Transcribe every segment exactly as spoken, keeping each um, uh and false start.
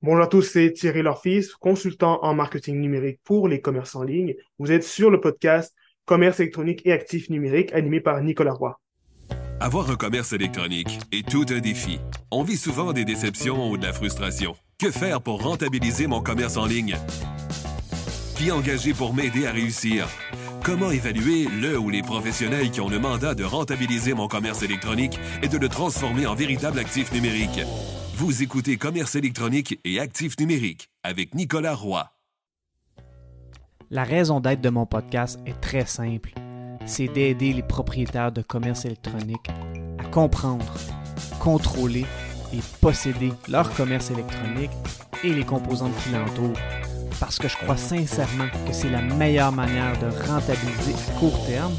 Bonjour à tous, c'est Thierry Lorfils, consultant en marketing numérique pour les commerces en ligne. Vous êtes sur le podcast Commerce électronique et actifs numériques animé par Nicolas Roy. Avoir un commerce électronique est tout un défi. On vit souvent des déceptions ou de la frustration. Que faire pour rentabiliser mon commerce en ligne? Qui engager pour m'aider à réussir? Comment évaluer le ou les professionnels qui ont le mandat de rentabiliser mon commerce électronique et de le transformer en véritable actif numérique? Vous écoutez Commerce électronique et actifs numériques avec Nicolas Roy. La raison d'être de mon podcast est très simple. C'est d'aider les propriétaires de commerce électronique à comprendre, contrôler et posséder leur commerce électronique et les composantes qui l'entourent. Parce que je crois sincèrement que c'est la meilleure manière de rentabiliser à court terme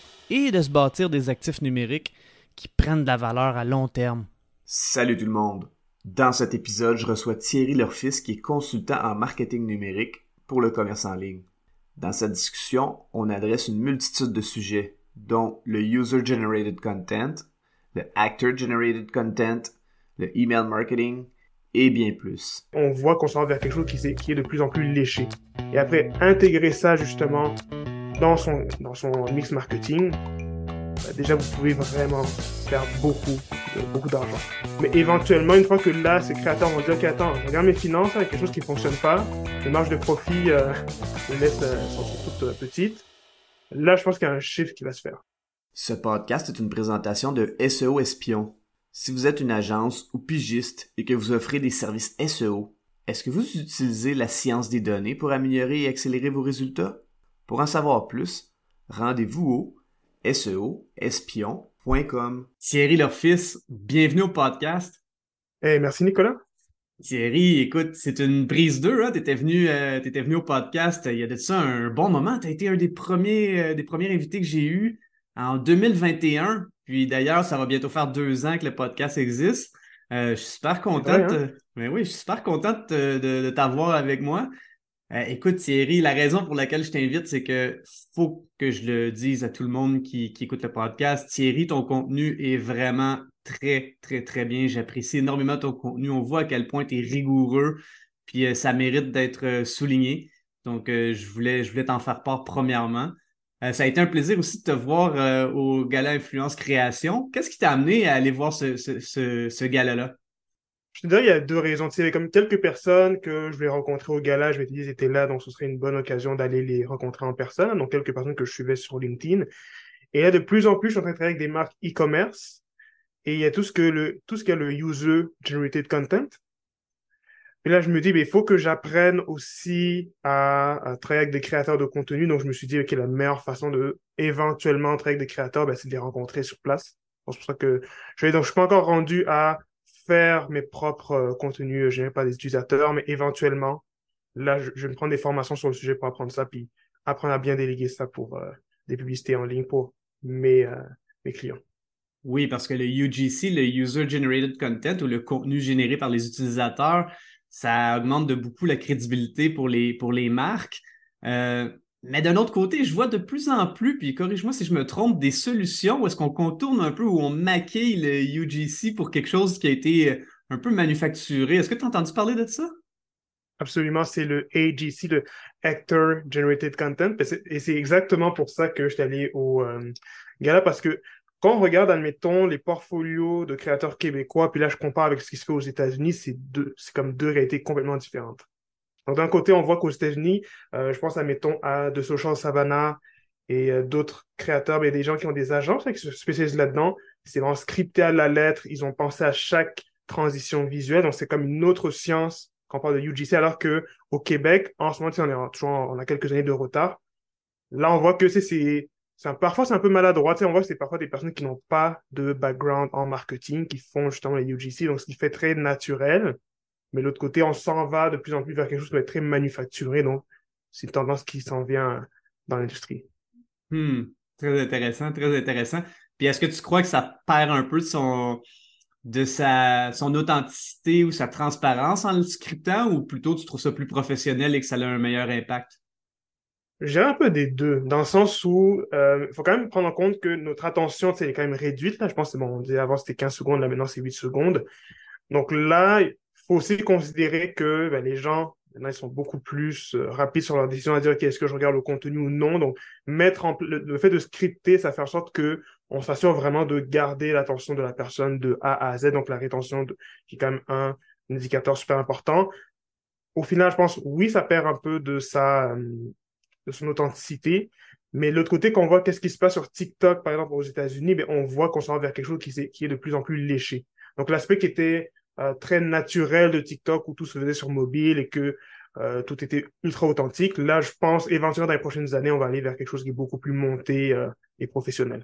et de se bâtir des actifs numériques qui prennent de la valeur à long terme. Salut tout le monde! Dans cet épisode, je reçois Thierry Lorfils qui est consultant en marketing numérique pour le commerce en ligne. Dans cette discussion, on adresse une multitude de sujets, dont le User-Generated Content, le Actor-Generated Content, le Email Marketing et bien plus. On voit qu'on s'en va vers quelque chose qui, est- qui est de plus en plus léché. Et après, intégrer ça justement dans son, dans son mix marketing, bah, déjà vous pouvez vraiment faire beaucoup, de- beaucoup d'argent. Mais éventuellement, une fois que là, ces créateurs vont dire ok, attends, je regarde mes finances, il y a quelque chose qui ne fonctionne pas, les marges de profit euh, me laissent euh, sont toutes euh, petites. Là, je pense qu'il y a un shift qui va se faire. Ce podcast est une présentation de S E O Espion. Si vous êtes une agence ou pigiste et que vous offrez des services S E O, est-ce que vous utilisez la science des données pour améliorer et accélérer vos résultats? Pour en savoir plus, rendez-vous au S E O espion point com. Thierry Lorfils, bienvenue au podcast. Eh, merci Nicolas. Thierry, écoute, c'est une brise deux, hein? T'étais venu, euh, t'étais venu au podcast euh, il y a de ça un bon moment. T'as été un des premiers, euh, des premiers invités que j'ai eu en deux mille vingt et un. Puis d'ailleurs, ça va bientôt faire deux ans que le podcast existe. Euh, je suis super content vrai, de, hein? te- ben oui, je suis super content de, te- de- de t'avoir avec moi. Euh, écoute, Thierry, la raison pour laquelle je t'invite, c'est que faut que je le dise à tout le monde qui, qui écoute le podcast. Thierry, ton contenu est vraiment très, très, très bien. J'apprécie énormément ton contenu. On voit à quel point tu es rigoureux, puis euh, ça mérite d'être euh, souligné. Donc, euh, je voulais, je voulais t'en faire part premièrement. Euh, ça a été un plaisir aussi de te voir euh, au Gala Influence Création. Qu'est-ce qui t'a amené à aller voir ce, ce, ce, ce gala-là? Je te dirais, il y a deux raisons. Tu sais, il y avait comme quelques personnes que je vais rencontrer au gala, je vais te dire, ils étaient là, donc ce serait une bonne occasion d'aller les rencontrer en personne. Donc, quelques personnes que je suivais sur LinkedIn. Et là, de plus en plus, je suis en train de travailler avec des marques e-commerce. Et il y a tout ce que le, tout ce qu'il y a le user-generated content. Et là, je me dis, ben, il faut que j'apprenne aussi à, à travailler avec des créateurs de contenu. Donc, je me suis dit, OK, la meilleure façon de éventuellement travailler avec des créateurs, ben, c'est de les rencontrer sur place. Donc, c'est pour ça que je vais, donc, je suis pas encore rendu à faire mes propres euh, contenus euh, générés par des utilisateurs, mais éventuellement, là, je, je vais me prendre des formations sur le sujet pour apprendre ça, puis apprendre à bien déléguer ça pour euh, des publicités en ligne pour mes, euh, mes clients. Oui, parce que le U G C, le User Generated Content ou le contenu généré par les utilisateurs, ça augmente de beaucoup la crédibilité pour les, pour les marques. Euh, mais d'un autre côté, je vois de plus en plus, puis corrige-moi si je me trompe, des solutions où est-ce qu'on contourne un peu, où on maquille le U G C pour quelque chose qui a été euh, un peu manufacturé. Est-ce que tu as entendu parler de ça? Absolument, c'est le A G C, le Actor Generated Content. Et c'est et c'est exactement pour ça que je suis allé au euh, gala, parce que quand on regarde, admettons, les portfolios de créateurs québécois, puis là, je compare avec ce qui se fait aux États-Unis, c'est deux, c'est comme deux réalités complètement différentes. Donc, d'un côté, on voit qu'aux États-Unis, euh, je pense, admettons, à The Social Savannah et euh, d'autres créateurs, mais il y a des gens qui ont des agences hein, qui se spécialisent là-dedans. C'est vraiment scripté à la lettre. Ils ont pensé à chaque transition visuelle. Donc, c'est comme une autre science quand on parle de U G C, alors que au Québec, en ce moment, tu sais, on est en- toujours, en- on a quelques années de retard. Là, on voit que c'est, c'est, c'est un- parfois, c'est un peu maladroit. Tu sais, on voit que c'est parfois des personnes qui n'ont pas de background en marketing, qui font justement les U G C, donc ce qui fait très naturel. Mais de l'autre côté, on s'en va de plus en plus vers quelque chose qui va être très manufacturé. Donc, c'est une tendance qui s'en vient dans l'industrie. Hmm, très intéressant, très intéressant. Puis est-ce que tu crois que ça perd un peu de son, de sa, son authenticité ou sa transparence en le scriptant, ou plutôt tu trouves ça plus professionnel et que ça a un meilleur impact? Je dirais un peu des deux, dans le sens où euh, il faut quand même prendre en compte que notre attention, tu sais, elle est quand même réduite. Là, je pense que c'est bon, on disait avant c'était quinze secondes, là maintenant c'est huit secondes. Donc là, il faut aussi considérer que ben, les gens, maintenant, ils sont beaucoup plus euh, rapides sur leur décision à dire, OK, est-ce que je regarde le contenu ou non? Donc, mettre en, le, le fait de scripter, ça fait en sorte que on s'assure vraiment de garder l'attention de la personne de A à Z, donc la rétention, de, qui est quand même un indicateur super important. Au final, je pense, oui, ça perd un peu de sa, euh, de son authenticité, mais de l'autre côté, quand on voit qu'est-ce qui se passe sur TikTok, par exemple, aux États-Unis, ben, on voit qu'on s'en va vers quelque chose qui, s'est- qui est de plus en plus léché. Donc, l'aspect qui était euh, très naturel de TikTok, où tout se faisait sur mobile et que euh, tout était ultra authentique, là, je pense, éventuellement, dans les prochaines années, on va aller vers quelque chose qui est beaucoup plus monté euh, et professionnel.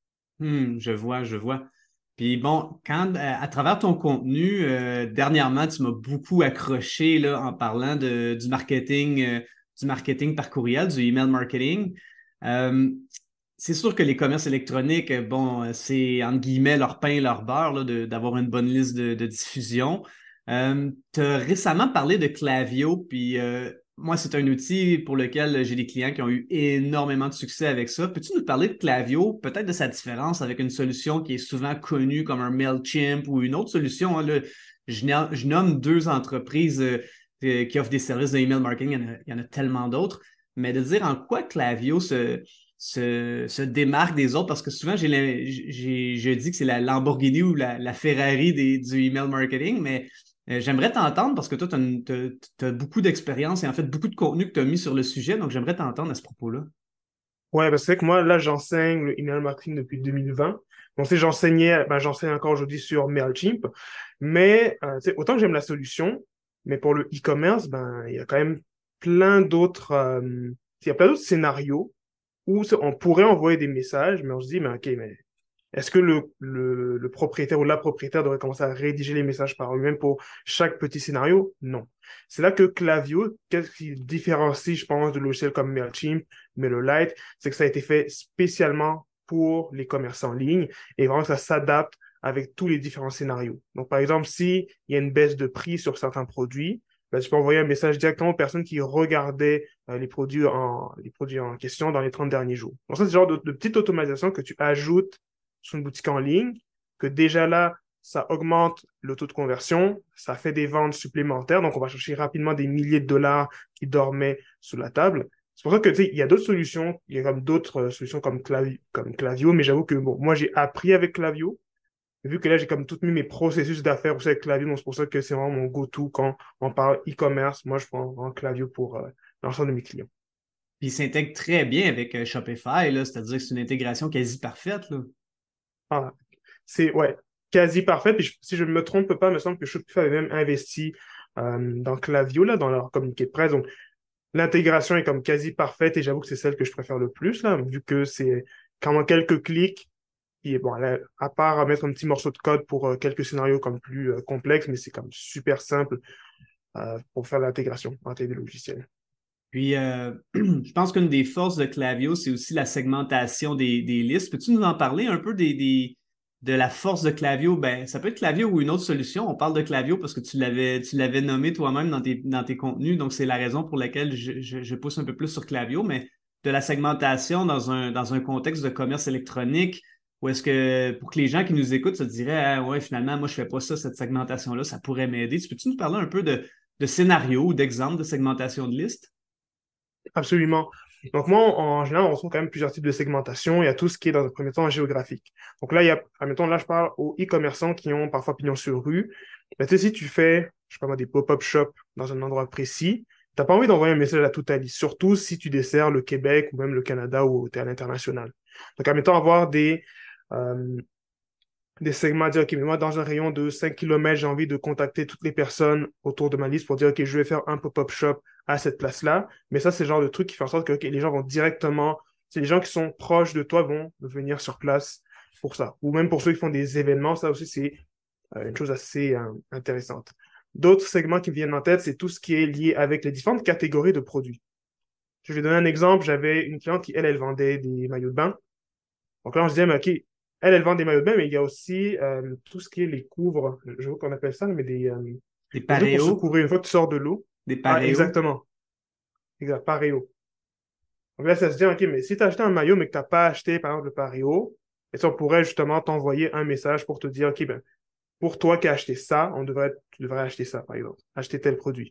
Hmm, je vois, je vois. Puis bon, quand euh, à travers ton contenu, euh, dernièrement, tu m'as beaucoup accroché là, en parlant de, du marketing, euh, du marketing par courriel, du email marketing. Euh, c'est sûr que les commerces électroniques, euh, bon, euh, c'est entre guillemets leur pain, leur beurre, là, de- d'avoir une bonne liste de, de diffusion. Euh, tu as récemment parlé de Klaviyo, puis euh, moi, c'est un outil pour lequel j'ai des clients qui ont eu énormément de succès avec ça. Peux-tu nous parler de Klaviyo, peut-être de sa différence avec une solution qui est souvent connue comme un MailChimp ou une autre solution, hein, là, je, na- je nomme deux entreprises euh, euh, qui offrent des services de email marketing, il y en a, il y en a tellement d'autres, mais de dire en quoi Klaviyo se, se, se démarque des autres, parce que souvent, j'ai, l'im- j'ai, je dis que c'est la Lamborghini ou la, la Ferrari des, du email marketing, mais euh, j'aimerais t'entendre parce que toi, tu as, beaucoup d'expérience et en fait beaucoup de contenu que tu as mis sur le sujet, donc j'aimerais t'entendre à ce propos-là. Ouais, parce que c'est vrai que moi, là, j'enseigne le email marketing depuis deux mille vingt. Donc, tu sais, j'enseignais, ben, j'enseigne encore aujourd'hui sur MailChimp. Mais, euh, tu sais, autant que j'aime la solution, mais pour le e-commerce, ben, il y a quand même plein d'autres, euh, il y a plein d'autres scénarios où tu sais, on pourrait envoyer des messages, mais on se dit, mais OK, mais est-ce que le, le, le propriétaire ou la propriétaire devrait commencer à rédiger les messages par lui-même pour chaque petit scénario? Non. C'est là que Klaviyo, qu'est-ce qui différencie, je pense, de logiciels comme MailChimp, MailerLite, c'est que ça a été fait spécialement pour les commerces en ligne et vraiment ça s'adapte avec tous les différents scénarios. Donc, par exemple, s'il y a une baisse de prix sur certains produits, ben, tu peux envoyer un message directement aux personnes qui regardaient euh, les produits en, les produits en question dans les trente derniers jours. Donc, ça, c'est le genre de, de petite automatisation que tu ajoutes sur une boutique en ligne, que déjà là, ça augmente le taux de conversion, ça fait des ventes supplémentaires, donc on va chercher rapidement des milliers de dollars qui dormaient sous la table. C'est pour ça que, tu sais, il y a d'autres solutions, il y a comme d'autres euh, solutions comme, Clavi comme Klaviyo, mais j'avoue que, bon, moi, j'ai appris avec Klaviyo, vu que là, j'ai comme tout mis mes processus d'affaires aussi avec Klaviyo, donc c'est pour ça que c'est vraiment mon go-to quand on parle e-commerce. Moi, je prends vraiment Klaviyo pour euh, l'ensemble de mes clients. Puis il s'intègre très bien avec euh, Shopify, là, c'est-à-dire que c'est une intégration quasi parfaite. Là. Ah, c'est ouais, quasi parfait. Puis je- si je ne me trompe pas, il me semble que Shopify avait même investi euh, dans Klaviyo, là, dans leur communiqué de presse. Donc, l'intégration est comme quasi parfaite et j'avoue que c'est celle que je préfère le plus, là, vu que c'est quand même quelques clics. Et bon, là, à part mettre un petit morceau de code pour euh, quelques scénarios comme plus euh, complexes, mais c'est comme super simple euh, pour faire l'intégration entre les deux logiciels. Puis euh, je pense qu'une des forces de Klaviyo, c'est aussi la segmentation des, des listes. Peux-tu nous en parler un peu des, des- de la force de Klaviyo? Ben, ça peut être Klaviyo ou une autre solution. On parle de Klaviyo parce que tu l'avais, tu l'avais nommé toi-même dans tes, dans tes contenus, donc c'est la raison pour laquelle je, je- je pousse un peu plus sur Klaviyo, mais de la segmentation dans un, dans un contexte de commerce électronique, où est-ce que pour que les gens qui nous écoutent se diraient ah, ouais, finalement, moi je fais pas ça, cette segmentation-là, ça pourrait m'aider. Tu peux-tu nous parler un peu de, de scénarios ou d'exemples de segmentation de listes? Absolument. Donc moi, en général, on retrouve quand même plusieurs types de segmentation. Il y a tout ce qui est dans un premier temps géographique. Donc là, il y a, admettons, là, je parle aux e-commerçants qui ont parfois pignon sur rue. Mais tu sais, si tu fais, je sais pas moi, des pop-up shops dans un endroit précis, t'as pas envie d'envoyer un message à toute ta liste, surtout si tu desserres le Québec ou même le Canada ou tu es à l'international. Donc, admettons, avoir des, euh, des segments, dire, OK, mais moi, dans un rayon de cinq kilomètres, j'ai envie de contacter toutes les personnes autour de ma liste pour dire, OK, je vais faire un pop-up shop à cette place-là. Mais ça, c'est le genre de truc qui fait en sorte que, OK, les gens vont directement, c'est les gens qui sont proches de toi vont venir sur place pour ça. Ou même pour ceux qui font des événements, ça aussi, c'est euh, une chose assez euh, intéressante. D'autres segments qui me viennent en tête, c'est tout ce qui est lié avec les différentes catégories de produits. Je vais donner un exemple. J'avais une cliente qui, elle, elle vendait des maillots de bain. Donc là, on se disait, mais OK, elle, elle vend des maillots de bain, mais il y a aussi euh, tout ce qui est les couvres, je vois qu'on appelle ça, mais des, euh, Des des trucs pour se paréos, couvrir une fois que tu sors de l'eau. des Ah, paréos. exactement. Exact, pareo. Donc là, ça se dit, OK, mais si tu as acheté un maillot, mais que tu n'as pas acheté, par exemple, le pareo, et ça, on pourrait justement t'envoyer un message pour te dire, OK, ben, pour toi qui as acheté ça, on devrait, tu devrais acheter ça, par exemple, acheter tel produit.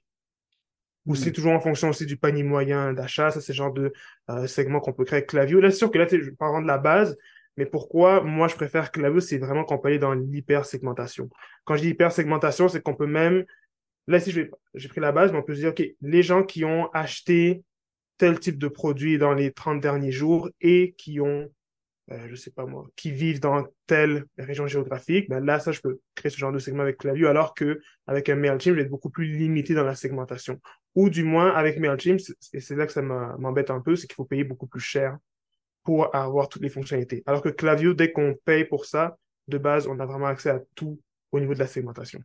Ou c'est Hmm. toujours en fonction aussi du panier moyen d'achat. Ça, c'est le genre de euh, segment qu'on peut créer avec Klaviyo. Là, c'est sûr que là, tu sais, je parle de la base, mais pourquoi moi je préfère Klaviyo, c'est vraiment qu'on peut aller dans l'hyper-segmentation. Quand je dis hyper-segmentation, c'est qu'on peut même, là, ici, je vais- j'ai pris la base, mais on peut se dire, OK, les gens qui ont acheté tel type de produit dans les trente derniers jours et qui ont euh, je sais pas moi, qui vivent dans telle région géographique, ben là, ça, je peux créer ce genre de segment avec Klaviyo, alors que avec un MailChimp, je vais être beaucoup plus limité dans la segmentation. Ou du moins, avec MailChimp, c'est- et c'est là que ça m'a- m'embête un peu, c'est qu'il faut payer beaucoup plus cher pour avoir toutes les fonctionnalités. Alors que Klaviyo, dès qu'on paye pour ça, de base, on a vraiment accès à tout au niveau de la segmentation.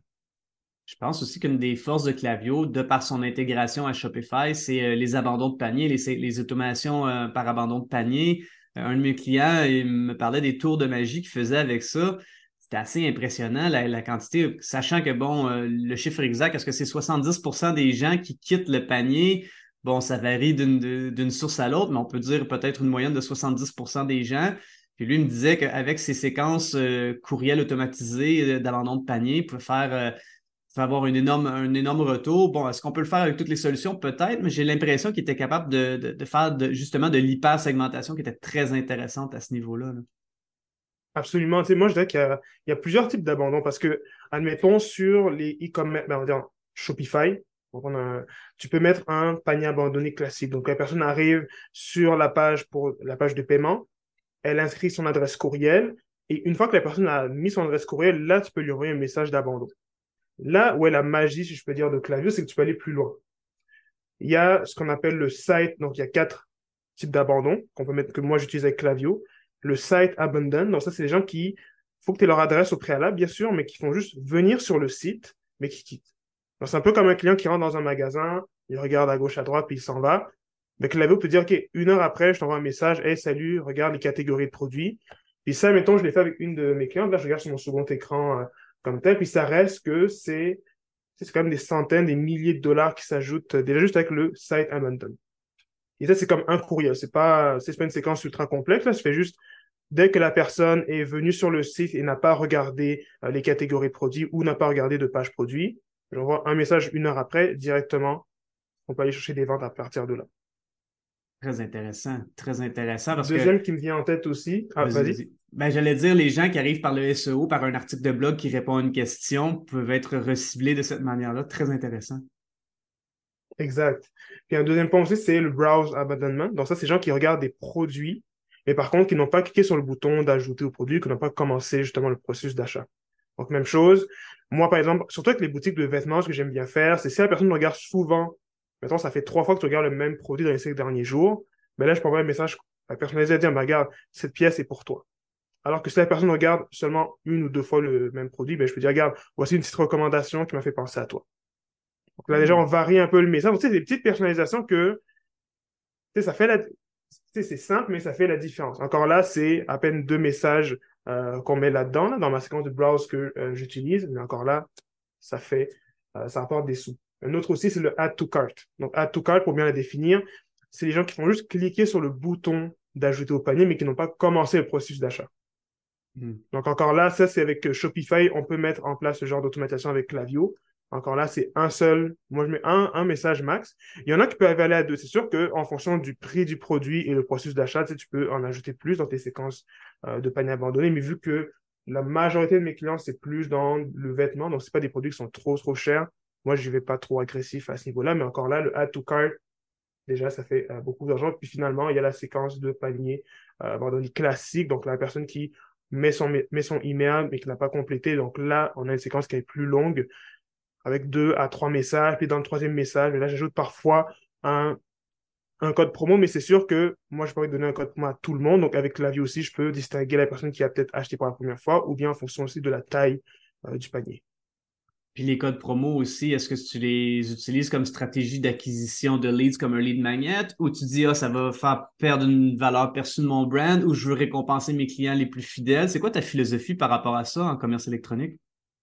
Je pense aussi qu'une des forces de Klaviyo, de par son intégration à Shopify, c'est euh, les abandons de panier, les, les automations euh, par abandon de panier. Euh, un de mes clients, il me parlait des tours de magie qu'il faisait avec ça. C'était assez impressionnant, la, la quantité, sachant que, bon, euh, le chiffre exact, est-ce que c'est soixante-dix pour cent des gens qui quittent le panier? Bon, ça varie d'une de- d'une source à l'autre, mais on peut dire peut-être une moyenne de soixante-dix pour cent des gens. Puis lui il me disait qu'avec ces séquences euh, courriels automatisées euh, d'abandon de panier, il pouvait faire... euh, ça va avoir une énorme, un énorme retour. Bon, est-ce qu'on peut le faire avec toutes les solutions? Peut-être, mais j'ai l'impression qu'il était capable de, de, de faire de, justement de l'hyper-segmentation qui était très intéressante à ce niveau-là, là. Absolument. Tu sais, moi, je dirais qu'il y a, il y a plusieurs types d'abandon parce que, admettons, sur les e-commerce, ben, on va dire Shopify, donc on a- tu peux mettre un panier abandonné classique. Donc, la personne arrive sur la page pour la page de paiement, elle inscrit son adresse courriel et une fois que la personne a mis son adresse courriel, là, tu peux lui envoyer un message d'abandon. Là où est la magie, si je peux dire, de Klaviyo, c'est que tu peux aller plus loin. Il y a ce qu'on appelle le site, donc il y a quatre types d'abandon qu'on peut mettre, que moi j'utilise avec Klaviyo. Le site abandon, donc ça, c'est les gens qui, faut que tu aies leur adresse au préalable, bien sûr, mais qui font juste venir sur le site, mais qui quittent. Donc, c'est un peu comme un client qui rentre dans un magasin, il regarde à gauche, à droite, puis il s'en va. Mais Klaviyo peut dire, OK, une heure après, je t'envoie un message, hey, salut, regarde les catégories de produits. Puis ça, mettons, je l'ai fait avec une de mes clientes, là, je regarde sur mon second écran euh, comme tel, puis ça reste que c'est c'est quand même des centaines, des milliers de dollars qui s'ajoutent euh, déjà juste avec le site abandon. Et ça, c'est comme un courriel. C'est pas, c'est pas une séquence ultra complexe. Là, je fais juste, dès que la personne est venue sur le site et n'a pas regardé euh, les catégories de produits ou n'a pas regardé de page produit, j'envoie un message une heure après, directement. On peut aller chercher des ventes à partir de là. Très intéressant, très intéressant parce que, Deuxième qui me vient en tête aussi. Ah, vas-y, vas-y. vas-y. Ben, j'allais dire, les gens qui arrivent par le S E O, par un article de blog qui répond à une question, peuvent être reciblés de cette manière-là. Très intéressant. Exact. Puis un deuxième point aussi, c'est le browse abandonment. Donc ça, c'est les gens qui regardent des produits, mais par contre, qui n'ont pas cliqué sur le bouton d'ajouter au produit, qui n'ont pas commencé justement le processus d'achat. Donc même chose. Moi, par exemple, surtout avec les boutiques de vêtements, ce que j'aime bien faire, c'est si la personne regarde souvent, mettons, ça fait trois fois que tu regardes le même produit dans les cinq derniers jours, ben là, je peux envoyer un message personnalisé à dire, ben, regarde, cette pièce est pour toi. Alors que si la personne regarde seulement une ou deux fois le même produit, ben, je peux dire, regarde, voici une petite recommandation qui m'a fait penser à toi. Donc là, déjà, Hmm. on varie un peu le message. Tu sais, des petites personnalisations que, tu sais, ça fait la, tu sais, c'est simple, mais ça fait la différence. Encore là, c'est à peine deux messages euh, qu'on met là-dedans, là, dans ma séquence de browse que euh, j'utilise. Mais encore là, ça fait, euh, ça apporte des sous. Un autre aussi, c'est le add to cart. Donc, add to cart, pour bien la définir, c'est les gens qui font juste cliquer sur le bouton d'ajouter au panier, mais qui n'ont pas commencé le processus d'achat. Hmm. Donc encore là, ça c'est avec euh, Shopify, on peut mettre en place ce genre d'automatisation avec Klaviyo. Encore là, c'est un seul, moi je mets un, un message max. Il y en a qui peuvent aller à deux. C'est sûr qu'en fonction du prix du produit et le processus d'achat, tu sais, tu peux en ajouter plus dans tes séquences euh, de panier abandonné. Mais vu que la majorité de mes clients, c'est plus dans le vêtement, donc c'est pas des produits qui sont trop trop chers, moi je vais pas trop agressif à ce niveau-là. Mais encore là, le add to cart, déjà, ça fait euh, beaucoup d'argent. Puis finalement, il y a la séquence de panier euh, abandonné classique. Donc, la personne qui met son, met son email, mais qui n'a pas complété. Donc là, on a une séquence qui est plus longue, avec deux à trois messages. Puis dans le troisième message, là, j'ajoute parfois un, un code promo, mais c'est sûr que moi, je peux donner un code promo à tout le monde. Donc, avec Klaviyo aussi, je peux distinguer la personne qui a peut-être acheté pour la première fois, ou bien en fonction aussi de la taille euh, du panier. Puis les codes promo aussi, est-ce que tu les utilises comme stratégie d'acquisition de leads comme un lead magnet ou tu dis, ah, ça va faire perdre une valeur perçue de mon brand ou je veux récompenser mes clients les plus fidèles? C'est quoi ta philosophie par rapport à ça en commerce électronique?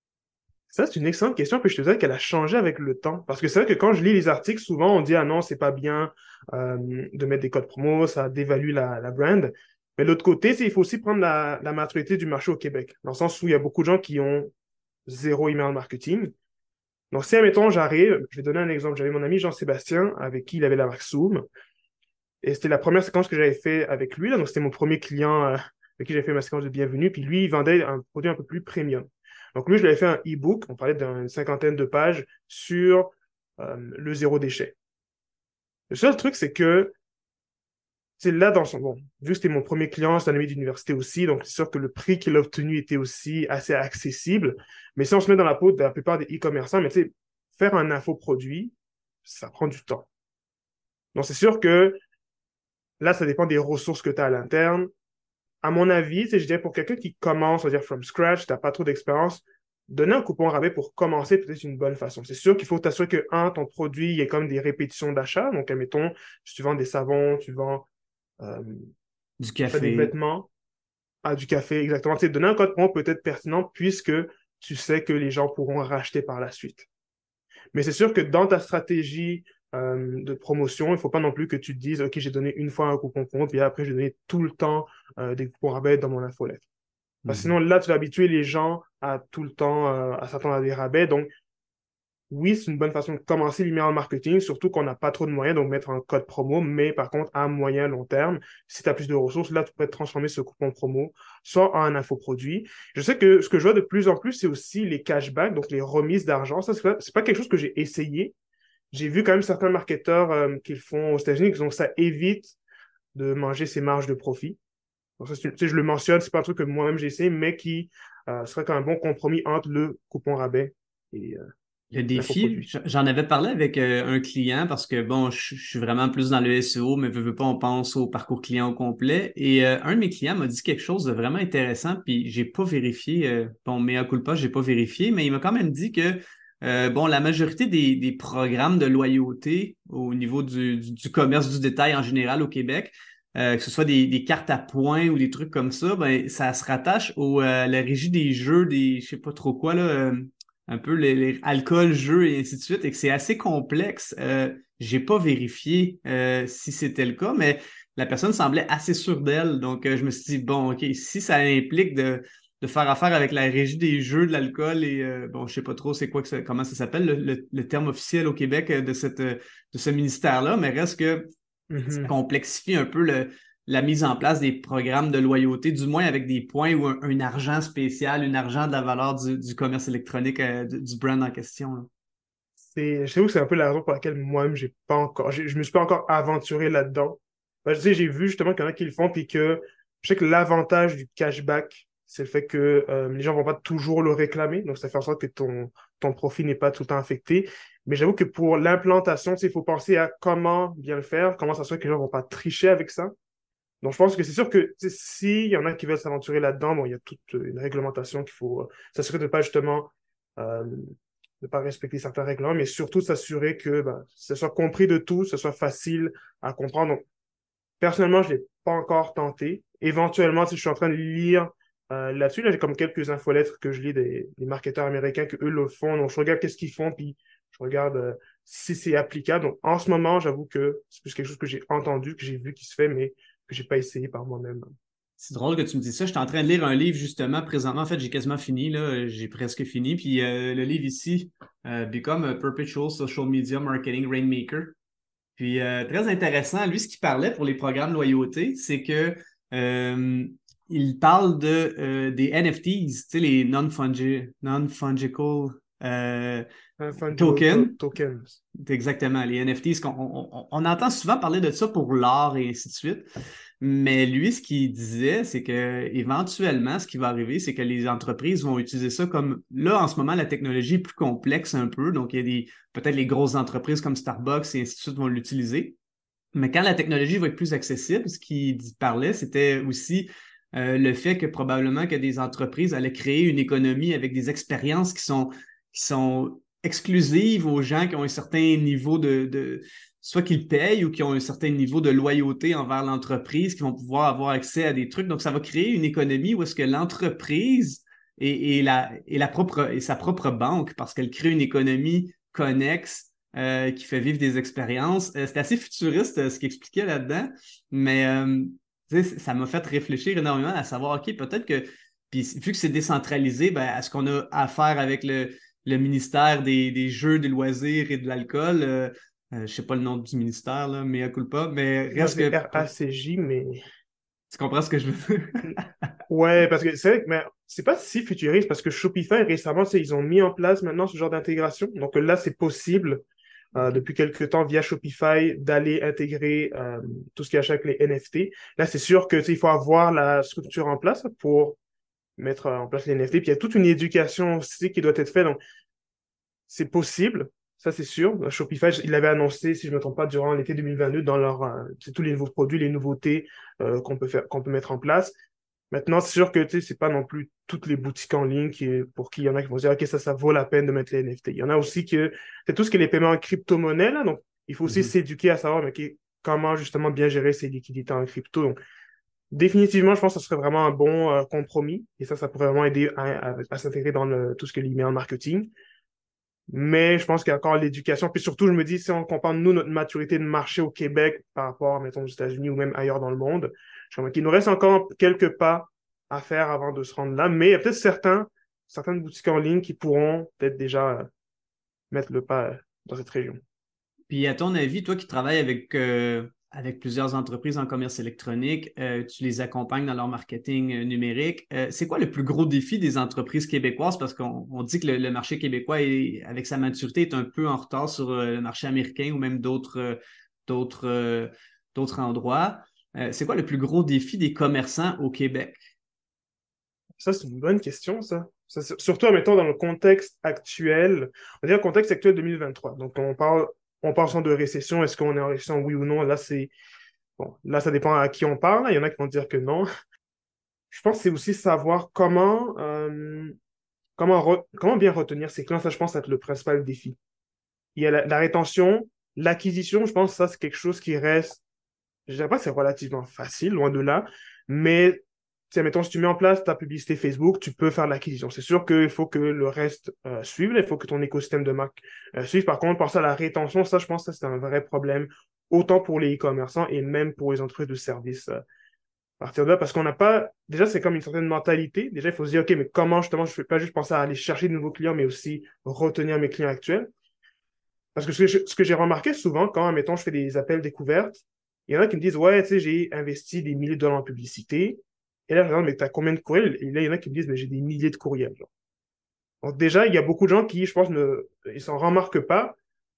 Ça, c'est une excellente question, puis je te dirais qu'elle a changé avec le temps. Parce que c'est vrai que quand je lis les articles, souvent on dit, ah non, c'est pas bien euh, de mettre des codes promo, ça dévalue la, la brand. Mais de l'autre côté, c'est, il faut aussi prendre la, la maturité du marché au Québec, dans le sens où il y a beaucoup de gens qui ont zéro email marketing. Donc, si, admettons, j'arrive, je vais donner un exemple. J'avais mon ami Jean-Sébastien avec qui il avait la marque Zoom. Et c'était la première séquence que j'avais fait avec lui. Là. Donc, c'était mon premier client euh, avec qui j'avais fait ma séquence de bienvenue. Puis lui, il vendait un produit un peu plus premium. Donc, lui, je lui avais fait un e-book. On parlait d'une cinquantaine de pages sur euh, le zéro déchet. Le seul truc, c'est que c'est là dans son... Bon, vu que c'était mon premier client, c'est un ami d'université aussi, donc c'est sûr que le prix qu'il a obtenu était aussi assez accessible. Mais si on se met dans la peau de la plupart des e-commerçants, mais tu sais, faire un infoproduit, ça prend du temps. Donc c'est sûr que là, ça dépend des ressources que tu as à l'interne. À mon avis, je dirais pour quelqu'un qui commence, on va dire from scratch, tu n'as pas trop d'expérience, donner un coupon rabais pour commencer peut-être une bonne façon. C'est sûr qu'il faut t'assurer que, un, ton produit, il y ait comme des répétitions d'achat. Donc, admettons, si tu vends des savons, tu vends euh, Du t'as des café. vêtements, ah, du café, exactement. Tu sais, donner un code promo peut être pertinent puisque tu sais que les gens pourront racheter par la suite. Mais c'est sûr que dans ta stratégie euh, de promotion, il ne faut pas non plus que tu te dises, OK, j'ai donné une fois un coupon promo, puis après, j'ai donné tout le temps euh, des coupons rabais dans mon infolettre. Parce que Mhm. sinon, là, tu vas habituer les gens à tout le temps euh, à s'attendre à des rabais. Donc, oui, c'est une bonne façon de commencer l'email marketing, surtout qu'on n'a pas trop de moyens, donc mettre un code promo, mais par contre, à moyen long terme, si tu as plus de ressources, là, tu peux transformer ce coupon promo soit en infoproduit. Je sais que ce que je vois de plus en plus, c'est aussi les cashbacks, donc les remises d'argent. Ça, c'est pas, c'est pas quelque chose que j'ai essayé. J'ai vu quand même certains marketeurs euh, qui le font aux États-Unis, donc ça évite de manger ses marges de profit. Donc ça, c'est- tu sais, je le mentionne, c'est pas un truc que moi-même j'ai essayé, mais qui euh, serait quand même un bon compromis entre le coupon rabais et euh, Le défi, l'infoproduit. j- j'en avais parlé avec euh, un client parce que bon, je, je suis vraiment plus dans le S E O, mais veux, veux pas, on pense au parcours client au complet. Et euh, un de mes clients m'a dit quelque chose de vraiment intéressant, puis j'ai pas vérifié. Euh, bon, mea culpa, j'ai pas vérifié, mais il m'a quand même dit que euh, bon, la majorité des, des programmes de loyauté au niveau du, du, du commerce du détail en général au Québec, euh, que ce soit des, des cartes à points ou des trucs comme ça, ben ça se rattache au euh, la régie des jeux, des je sais pas trop quoi là. euh, un peu les, les alcool, jeux et ainsi de suite, et que c'est assez complexe. Euh, j'ai pas vérifié euh, si c'était le cas, mais la personne semblait assez sûre d'elle. Donc, euh, je me suis dit, bon, OK, si ça implique de, de faire affaire avec la régie des jeux, de l'alcool et, euh, bon, je sais pas trop c'est quoi que ça- comment ça s'appelle, le, le- le terme officiel au Québec euh, de, cette, euh, de ce ministère-là, mais reste que ça Mhm. complexifie un peu le, la mise en place des programmes de loyauté, du moins avec des points ou un, un argent spécial, un argent de la valeur du, du commerce électronique, euh, du, du brand en question, là. C'est, je sais que c'est un peu la raison pour laquelle moi-même, j'ai pas encore, j'ai- je me suis pas encore aventuré là-dedans. Ben, je sais, j'ai vu justement qu'il y en a qui le font, puis que je sais que l'avantage du cashback, c'est le fait que euh, les gens vont pas toujours le réclamer, donc ça fait en sorte que ton, ton profit n'est pas tout le temps affecté. Mais j'avoue que pour l'implantation, tu sais, il faut penser à comment bien le faire, comment s'assurer que les gens vont pas tricher avec ça. Donc je pense que c'est sûr que tu sais, s'il y en a qui veulent s'aventurer là-dedans, bon, il y a toute une réglementation qu'il faut euh, s'assurer de pas justement euh, ne pas respecter certains règlements, mais surtout s'assurer que ben, ce soit compris de tous, ce soit facile à comprendre. Donc, personnellement, je ne l'ai pas encore tenté. Éventuellement, si je suis en train de lire euh, là-dessus, là, j'ai comme quelques infolettres que je lis des, des marketeurs américains que eux le font. Donc, je regarde qu'est-ce qu'ils font, puis je regarde euh, si c'est applicable. Donc, en ce moment, j'avoue que c'est plus quelque chose que j'ai entendu, que j'ai vu qui se fait, mais que j'ai pas essayé par moi-même. C'est drôle que tu me dises ça. Je suis en train de lire un livre justement présentement. En fait, j'ai quasiment fini, là. J'ai presque fini. Puis euh, le livre ici, euh, Become a Perpetual Social Media Marketing Rainmaker. Puis euh, très intéressant. Lui, ce qu'il parlait pour les programmes de loyauté, c'est que euh, il parle de euh, des N F Ts, tu sais, les non-fungi, non-fungible euh, Un fungible to- tokens. tokens. Exactement, les N F Ts, qu'on- on, on- on entend souvent parler de ça pour l'art et ainsi de suite. Mais lui, ce qu'il disait, c'est que éventuellement, ce qui va arriver, c'est que les entreprises vont utiliser ça comme là, en ce moment, la technologie est plus complexe un peu. Donc, il y a des peut-être les grosses entreprises comme Starbucks et ainsi de suite vont l'utiliser. Mais quand la technologie va être plus accessible, ce qu'il dit- parlait, c'était aussi euh, le fait que probablement que des entreprises allaient créer une économie avec des expériences qui sont, qui sont exclusives aux gens qui ont un certain niveau de, de soit qu'ils payent ou qui ont un certain niveau de loyauté envers l'entreprise, qui vont pouvoir avoir accès à des trucs. Donc, ça va créer une économie où est-ce que l'entreprise et, et, la, et, la propre, et sa propre banque, parce qu'elle crée une économie connexe euh, qui fait vivre des expériences. Euh, c'est assez futuriste euh, ce qu'il expliquait là-dedans, mais euh, tu sais, ça m'a fait réfléchir énormément à savoir, OK, peut-être que Puis vu que c'est décentralisé, ben, est-ce qu'on a affaire avec le, le ministère des, des Jeux, des loisirs et de l'alcool? Euh, euh, je sais pas le nom du ministère, là, mais à culpa, mais Moi, reste c'est que pour- R A C J, mais tu comprends ce que je veux dire? ouais, parce que c'est vrai que mais c'est pas si futuriste parce que Shopify récemment, tu sais, ils ont mis en place maintenant ce genre d'intégration. Donc là, c'est possible euh, depuis quelques temps via Shopify d'aller intégrer euh, tout ce qui achète avec les N F T. Là, c'est sûr que tu sais, il faut avoir la structure en place pour mettre en place les N F T. Puis il y a toute une éducation aussi qui doit être faite. Donc c'est possible, ça c'est sûr. Shopify, il l'avait annoncé, si je ne me trompe pas, durant l'été deux mille vingt-deux dans leur euh, c'est tous les nouveaux produits, les nouveautés euh, qu'on peut faire, qu'on peut mettre en place. Maintenant, c'est sûr que tu sais, c'est pas non plus toutes les boutiques en ligne qui, pour qui il y en a qui vont se dire, OK, ça, ça vaut la peine de mettre les N F T. Il y en a aussi que c'est tout ce qui est les paiements en crypto-monnaie, là. Donc, il faut aussi Mhm. s'éduquer à savoir, mais, OK, comment justement bien gérer ces liquidités en crypto. Donc, définitivement, je pense que ce serait vraiment un bon euh, compromis. Et ça, ça pourrait vraiment aider à, à, à s'intégrer dans le, tout ce que l'email marketing. Mais je pense qu'il y a encore l'éducation. Puis surtout, je me dis, si on compare, nous, notre maturité de marché au Québec par rapport, mettons, aux États-Unis ou même ailleurs dans le monde, je pense qu'il nous reste encore quelques pas à faire avant de se rendre là. Mais il y a peut-être certains, certaines boutiques en ligne qui pourront peut-être déjà euh, mettre le pas euh, dans cette région. Puis à ton avis, toi qui travailles avec, euh, avec plusieurs entreprises en commerce électronique, euh, tu les accompagnes dans leur marketing euh, numérique. Euh, c'est quoi le plus gros défi des entreprises québécoises? Parce qu'on on dit que le, le marché québécois, est, avec sa maturité, est un peu en retard sur euh, le marché américain ou même d'autres euh, d'autres euh, d'autres endroits. Euh, c'est quoi le plus gros défi des commerçants au Québec? Ça, c'est une bonne question, ça. Ça, c'est- surtout, mettons, dans le contexte actuel, on va dire le contexte actuel deux mille vingt-trois. Donc, on parle, on parle sans de récession. Est-ce qu'on est en récession, oui ou non? Là, c'est, bon, là, ça dépend à qui on parle. Il y en a qui vont dire que non. Je pense que c'est aussi savoir comment, euh, comment, re- comment bien retenir ses clients. Ça, je pense, ça va être le principal défi. Il y a la, la rétention, l'acquisition, je pense que ça, c'est quelque chose qui reste, je dirais pas que c'est relativement facile, loin de là, mais, tu sais, mettons, si tu mets en place ta publicité Facebook, tu peux faire l'acquisition. C'est sûr qu'il faut que le reste euh, suive, il faut que ton écosystème de marque euh, suive. Par contre, pour ça, la rétention, ça, je pense que ça, c'est un vrai problème, autant pour les e-commerçants et même pour les entreprises de services. euh, à partir de là, parce qu'on n'a pas, déjà, c'est comme une certaine mentalité. Déjà, il faut se dire, OK, mais comment justement, je ne fais pas juste penser à aller chercher de nouveaux clients, mais aussi retenir mes clients actuels. Parce que ce que je- ce que j'ai remarqué souvent, quand, mettons, je fais des appels découvertes, il y en a qui me disent, ouais, tu sais, j'ai investi des milliers de dollars en publicité. Et là, je leur dis, mais t'as combien de courriels? Et là, il y en a qui me disent, mais j'ai des milliers de courriels. Genre. Donc, déjà, il y a beaucoup de gens qui, je pense, ne, ils s'en remarquent pas.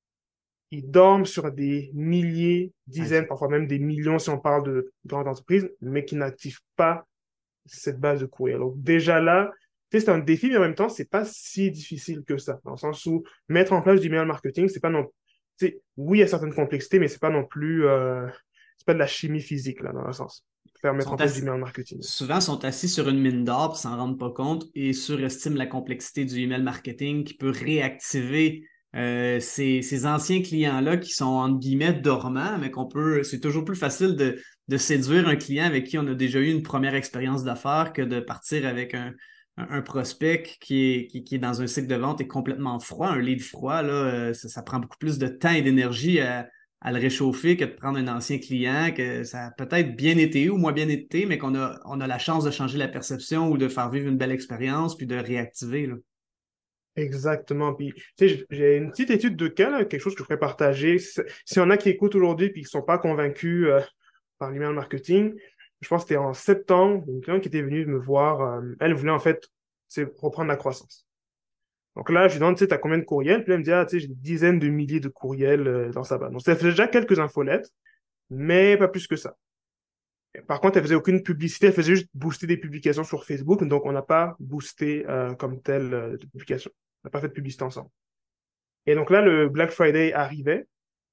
Ils dorment sur des milliers, Ouais, dizaines, parfois même des millions si on parle de grandes entreprises, mais qui n'activent pas cette base de courriel. Donc déjà là, tu sais, c'est un défi, mais en même temps, c'est pas si difficile que ça, dans le sens où mettre en place du email marketing, c'est pas non, tu sais, oui, il y a certaines complexités, mais c'est pas non plus, euh, c'est pas de la chimie physique là, dans un sens. Faire mettre en sont place du assis- email marketing. souvent sont assis sur une mine d'or, s'en rendent pas compte et surestiment la complexité du email marketing qui peut réactiver euh, ces, ces anciens clients-là qui sont entre guillemets dormants, mais qu'on peut, c'est toujours plus facile de, de séduire un client avec qui on a déjà eu une première expérience d'affaires que de partir avec un, un, un prospect qui est, qui, qui est dans un cycle de vente et complètement froid. Un lead froid, là, euh, ça, ça prend beaucoup plus de temps et d'énergie à à le réchauffer que de prendre un ancien client, que ça a peut-être bien été ou moins bien été, mais qu'on a, on a la chance de changer la perception ou de faire vivre une belle expérience puis de réactiver, là. Exactement. Puis, tu sais, j'ai une petite étude de cas, là, quelque chose que je pourrais partager. Si- S'il y en a qui écoutent aujourd'hui et qui ne sont pas convaincus euh, par l'email marketing, je pense que c'était en septembre, une cliente qui était venue me voir, euh, elle voulait en fait, c'est reprendre la croissance. Donc là, je lui demande, tu sais, t'as combien de courriels? Puis elle me dit, ah, tu sais, j'ai des dizaines de milliers de courriels euh, dans sa base. Donc ça faisait déjà quelques infolettes, mais pas plus que ça. Par contre, elle faisait aucune publicité, elle faisait juste booster des publications sur Facebook, donc on n'a pas boosté euh, comme tel euh, de publication. On n'a pas fait de publicité ensemble. Et donc là, le Black Friday arrivait,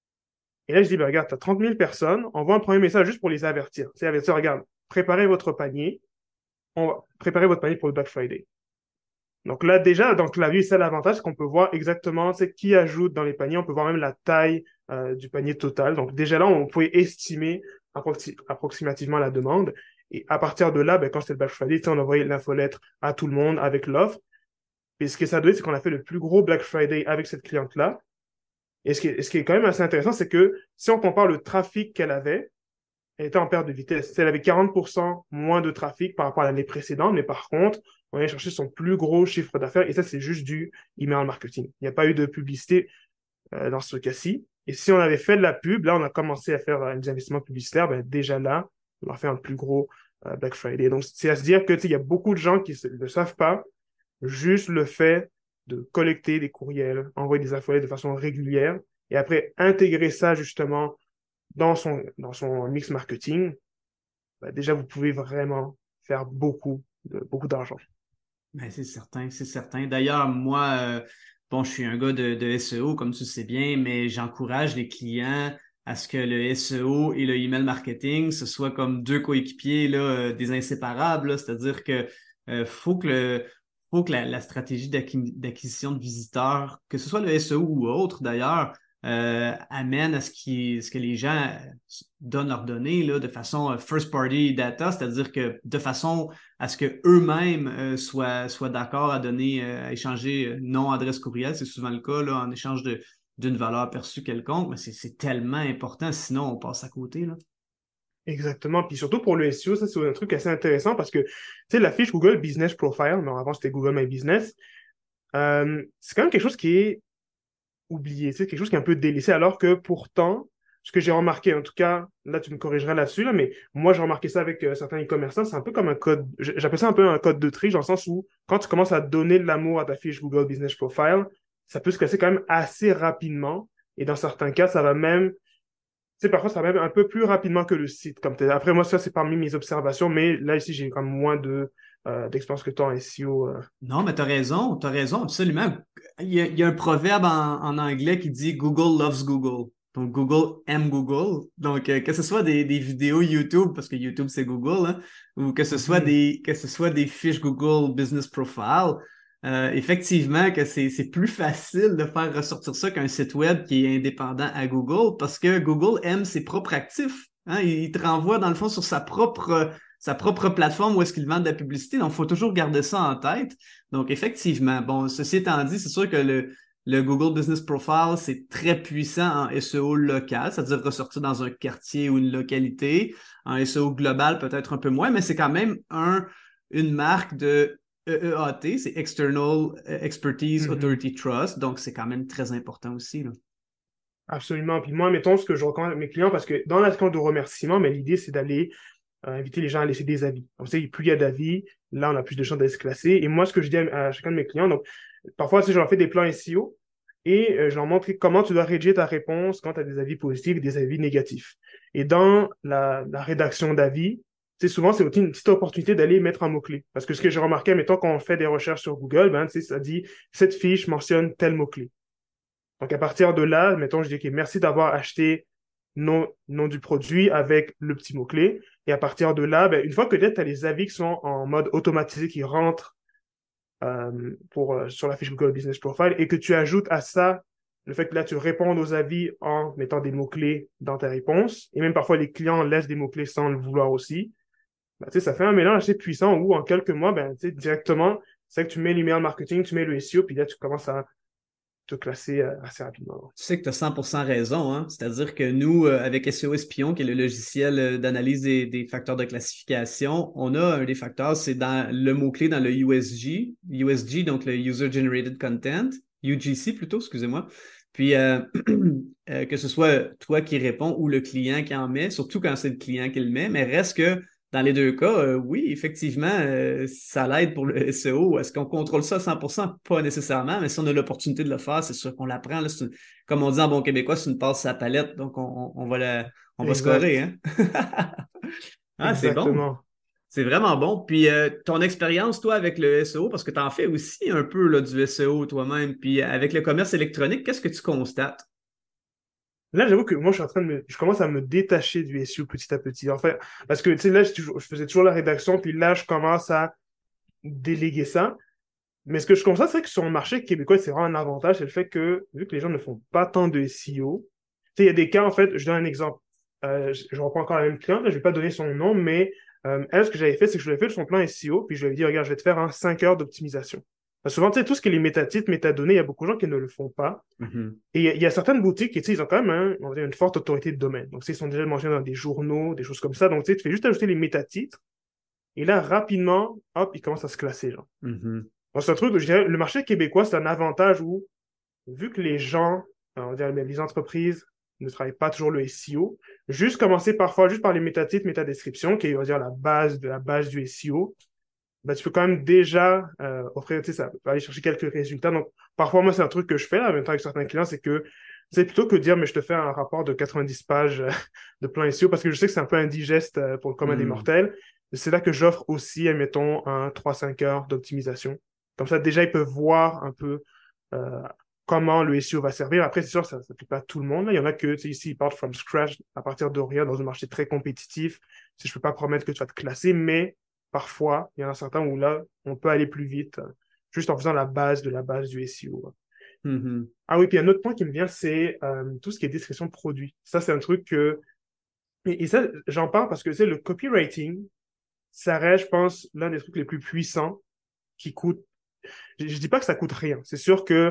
et là, je dis, ben, regarde, t'as trente mille personnes, envoie un premier message juste pour les avertir. Tu sais, avertir, regarde, préparez votre panier, on va préparer votre panier pour le Black Friday. Donc là, déjà, donc la vue, c'est l'avantage, c'est qu'on peut voir exactement tu sais, qui ajoute dans les paniers. On peut voir même la taille euh, du panier total. Donc déjà là, on pouvait estimer approxi- approximativement la demande. Et à partir de là, ben, quand c'était le Black Friday, tu sais, on envoyait l'infolettre à tout le monde avec l'offre. Et ce que ça doit c'est qu'on a fait le plus gros Black Friday avec cette cliente-là. Et ce qui est, ce qui est quand même assez intéressant, c'est que si on compare le trafic qu'elle avait, elle était en perte de vitesse. Elle avait quarante pour cent moins de trafic par rapport à l'année précédente, mais par contre, on allait chercher son plus gros chiffre d'affaires et ça, c'est juste du email marketing. Il n'y a pas eu de publicité euh, dans ce cas-ci. Et si on avait fait de la pub, là, on a commencé à faire euh, des investissements publicitaires, ben, déjà là, on a fait un plus gros euh, Black Friday. Donc, c'est à se dire que, tu sais, il y a beaucoup de gens qui ne le savent pas, juste le fait de collecter des courriels, envoyer des infolettes de façon régulière et après intégrer ça justement dans son, dans son mix marketing, ben, déjà, vous pouvez vraiment faire beaucoup, de, beaucoup d'argent. Ben, c'est certain, c'est certain. D'ailleurs, moi, euh, bon, je suis un gars de, de S E O, comme tu le sais bien, mais j'encourage les clients à ce que le S E O et le email marketing, ce soit comme deux coéquipiers là, euh, des inséparables. là. C'est-à-dire que euh, faut que le, faut que la, la stratégie d'acqui- d'acquisition de visiteurs, que ce soit le S E O ou autre d'ailleurs, euh, amène à ce, qui, ce que les gens euh, donnent leurs données là, de façon euh, first party data, c'est-à-dire que de façon à ce que eux-mêmes euh, soient, soient d'accord à donner, euh, à échanger euh, nom, adresse, courriel, c'est souvent le cas là, en échange de, d'une valeur perçue quelconque, mais c'est, c'est tellement important, sinon on passe à côté là. Exactement. Puis surtout pour le S E O, ça, c'est un truc assez intéressant parce que, tu sais, la fiche Google Business Profile, mais avant, c'était Google My Business, euh, c'est quand même quelque chose qui est oublié, c'est quelque chose qui est un peu délaissé, alors que pourtant, ce que j'ai remarqué, en tout cas, là, tu me corrigeras là-dessus, là, mais moi, j'ai remarqué ça avec euh, certains e-commerçants, c'est un peu comme un code, j- j'appelle ça un peu un code de tri, dans le sens où, quand tu commences à donner de l'amour à ta fiche Google Business Profile, ça peut se casser quand même assez rapidement, et dans certains cas, ça va même, tu sais, parfois, ça va même un peu plus rapidement que le site, comme tel. Après, moi, ça, c'est parmi mes observations, mais là, ici, j'ai quand même moins de, euh, d'expérience que toi en S E O. euh. Non, mais t'as raison, t'as raison, absolument. Il y a, il y a un proverbe en, en anglais qui dit Google loves Google. Donc, Google aime Google. Donc, euh, que ce soit des, des vidéos YouTube, parce que YouTube, c'est Google, hein, ou que ce soit Mhm. des, que ce soit des fiches Google Business Profile, euh, effectivement, que c'est, c'est plus facile de faire ressortir ça qu'un site web qui est indépendant à Google, parce que Google aime ses propres actifs. Hein, il il te renvoie, dans le fond, sur sa propre sa propre plateforme où est-ce qu'il vend de la publicité. Donc, il faut toujours garder ça en tête. Donc, effectivement, bon, ceci étant dit, c'est sûr que le, le Google Business Profile, c'est très puissant en S E O local, c'est-à-dire ressortir dans un quartier ou une localité. En S E O global, peut-être un peu moins, mais c'est quand même un, une marque de E E A T, c'est External Expertise Mhm. Authority Trust. Donc, c'est quand même très important aussi, là. Absolument. Puis moi, mettons ce que je recommande à mes clients, parce que dans la section de remerciement, mais l'idée, c'est d'aller euh, inviter les gens à laisser des avis. Comme ça, plus il y a d'avis, là, on a plus de chances d'être classé. Et moi, ce que je dis à, à chacun de mes clients, donc, parfois, si je leur fais des plans S E O et euh, je leur montre comment tu dois rédiger ta réponse quand tu as des avis positifs et des avis négatifs. Et dans la, la rédaction d'avis, tu sais, souvent, c'est aussi une petite opportunité d'aller mettre un mot-clé. Parce que ce que j'ai remarqué, mettons, quand on fait des recherches sur Google, ben, tu sais, ça dit, cette fiche mentionne tel mot-clé. Donc, à partir de là, mettons, je dis, OK, merci d'avoir acheté nom, nom du produit avec le petit mot-clé. Et à partir de là, ben, une fois que tu as les avis qui sont en mode automatisé, qui rentrent euh, pour, euh, sur la fiche Google Business Profile, et que tu ajoutes à ça le fait que là, tu réponds aux avis en mettant des mots-clés dans ta réponse, et même parfois les clients laissent des mots-clés sans le vouloir aussi, ben, tu sais, ça fait un mélange assez puissant où en quelques mois, ben, tu sais, directement, c'est que tu mets l'email marketing, tu mets le S E O, puis là, tu commences à te classer euh, assez rapidement. Tu sais que tu as cent pour cent raison, hein? C'est-à-dire que nous, euh, avec S E O Espion, qui est le logiciel euh, d'analyse des, des facteurs de classification, on a un des facteurs, c'est dans le mot-clé dans le U S G, U S G, donc le User Generated Content, U G C plutôt, excusez-moi. Puis, euh, euh, que ce soit toi qui réponds ou le client qui en met, surtout quand c'est le client qui le met, mais reste que dans les deux cas, euh, oui, effectivement, euh, ça l'aide pour le S E O. Est-ce qu'on contrôle ça à cent pour cent? Pas nécessairement, mais si on a l'opportunité de le faire, c'est sûr qu'on l'apprend. Là, une, comme on dit en bon québécois, c'est une passe à la palette, donc on, on, on va la, on va scorer, Exact. hein? Ah, c'est bon. Exactement. C'est vraiment bon. Puis euh, ton expérience, toi, avec le S E O, parce que tu en fais aussi un peu là, du S E O toi-même, puis avec le commerce électronique, qu'est-ce que tu constates? Là, j'avoue que moi, je suis en train de me, je commence à me détacher du S E O petit à petit. En fait, parce que, tu sais, là, je, toujours- je faisais toujours la rédaction, puis là, je commence à déléguer ça. Mais ce que je constate, c'est que sur le marché québécois, c'est vraiment un avantage, c'est le fait que, vu que les gens ne font pas tant de S E O, tu sais, il y a des cas, en fait, je donne un exemple. Euh, je, je reprends encore la même cliente, là, je vais pas donner son nom, mais euh, elle, ce que j'avais fait, c'est que je lui avais fait son plan S E O, puis je lui avais dit, regarde, je vais te faire un cinq heures d'optimisation. Parce que souvent, tu sais, tout ce qui est les métatitres, métadonnées, il y a beaucoup de gens qui ne le font pas. Mhm. Et il y, a il y a certaines boutiques qui, tu sais, ils ont quand même hein, on va dire une forte autorité de domaine. Donc, tu sais, ils sont déjà mentionnés dans des journaux, des choses comme ça. Donc, tu sais, tu fais juste ajouter les métatitres. Et là, rapidement, hop, ils commencent à se classer, genre. Mhm. Donc, c'est un truc, je dirais, le marché québécois, c'est un avantage où, vu que les gens, euh, on va dire, les entreprises ne travaillent pas toujours le S E O, juste commencer parfois juste par les métatitres, métadescriptions, qui est, on va dire, la base de la base du S E O, ben, tu peux quand même déjà euh, offrir, tu sais, ça, aller chercher quelques résultats. Donc, parfois, moi, c'est un truc que je fais là, en même temps avec certains clients, c'est que, c'est plutôt que de dire, mais je te fais un rapport de quatre-vingt-dix pages euh, de plan S E O, parce que je sais que c'est un peu indigeste euh, pour le commun des Mhm. mortels. C'est là que j'offre aussi, admettons, un trois à cinq heures d'optimisation. Comme ça, déjà, ils peuvent voir un peu euh, comment le S E O va servir. Après, c'est sûr, ça ne s'applique pas à tout le monde. Là. Il y en a que, tu sais, ici, ils partent from scratch, à partir de rien, dans un marché très compétitif. Si je peux pas promettre que tu vas te classer, mais parfois, il y en a certains où là, on peut aller plus vite, euh, juste en faisant la base de la base du S E O. Mhm. Ah oui, puis un autre point qui me vient, c'est euh, tout ce qui est description de produit. Ça, c'est un truc que... Et, et ça, j'en parle parce que, tu sais, le copywriting, ça reste, je pense, l'un des trucs les plus puissants qui coûte... Je, je dis pas que ça coûte rien. C'est sûr que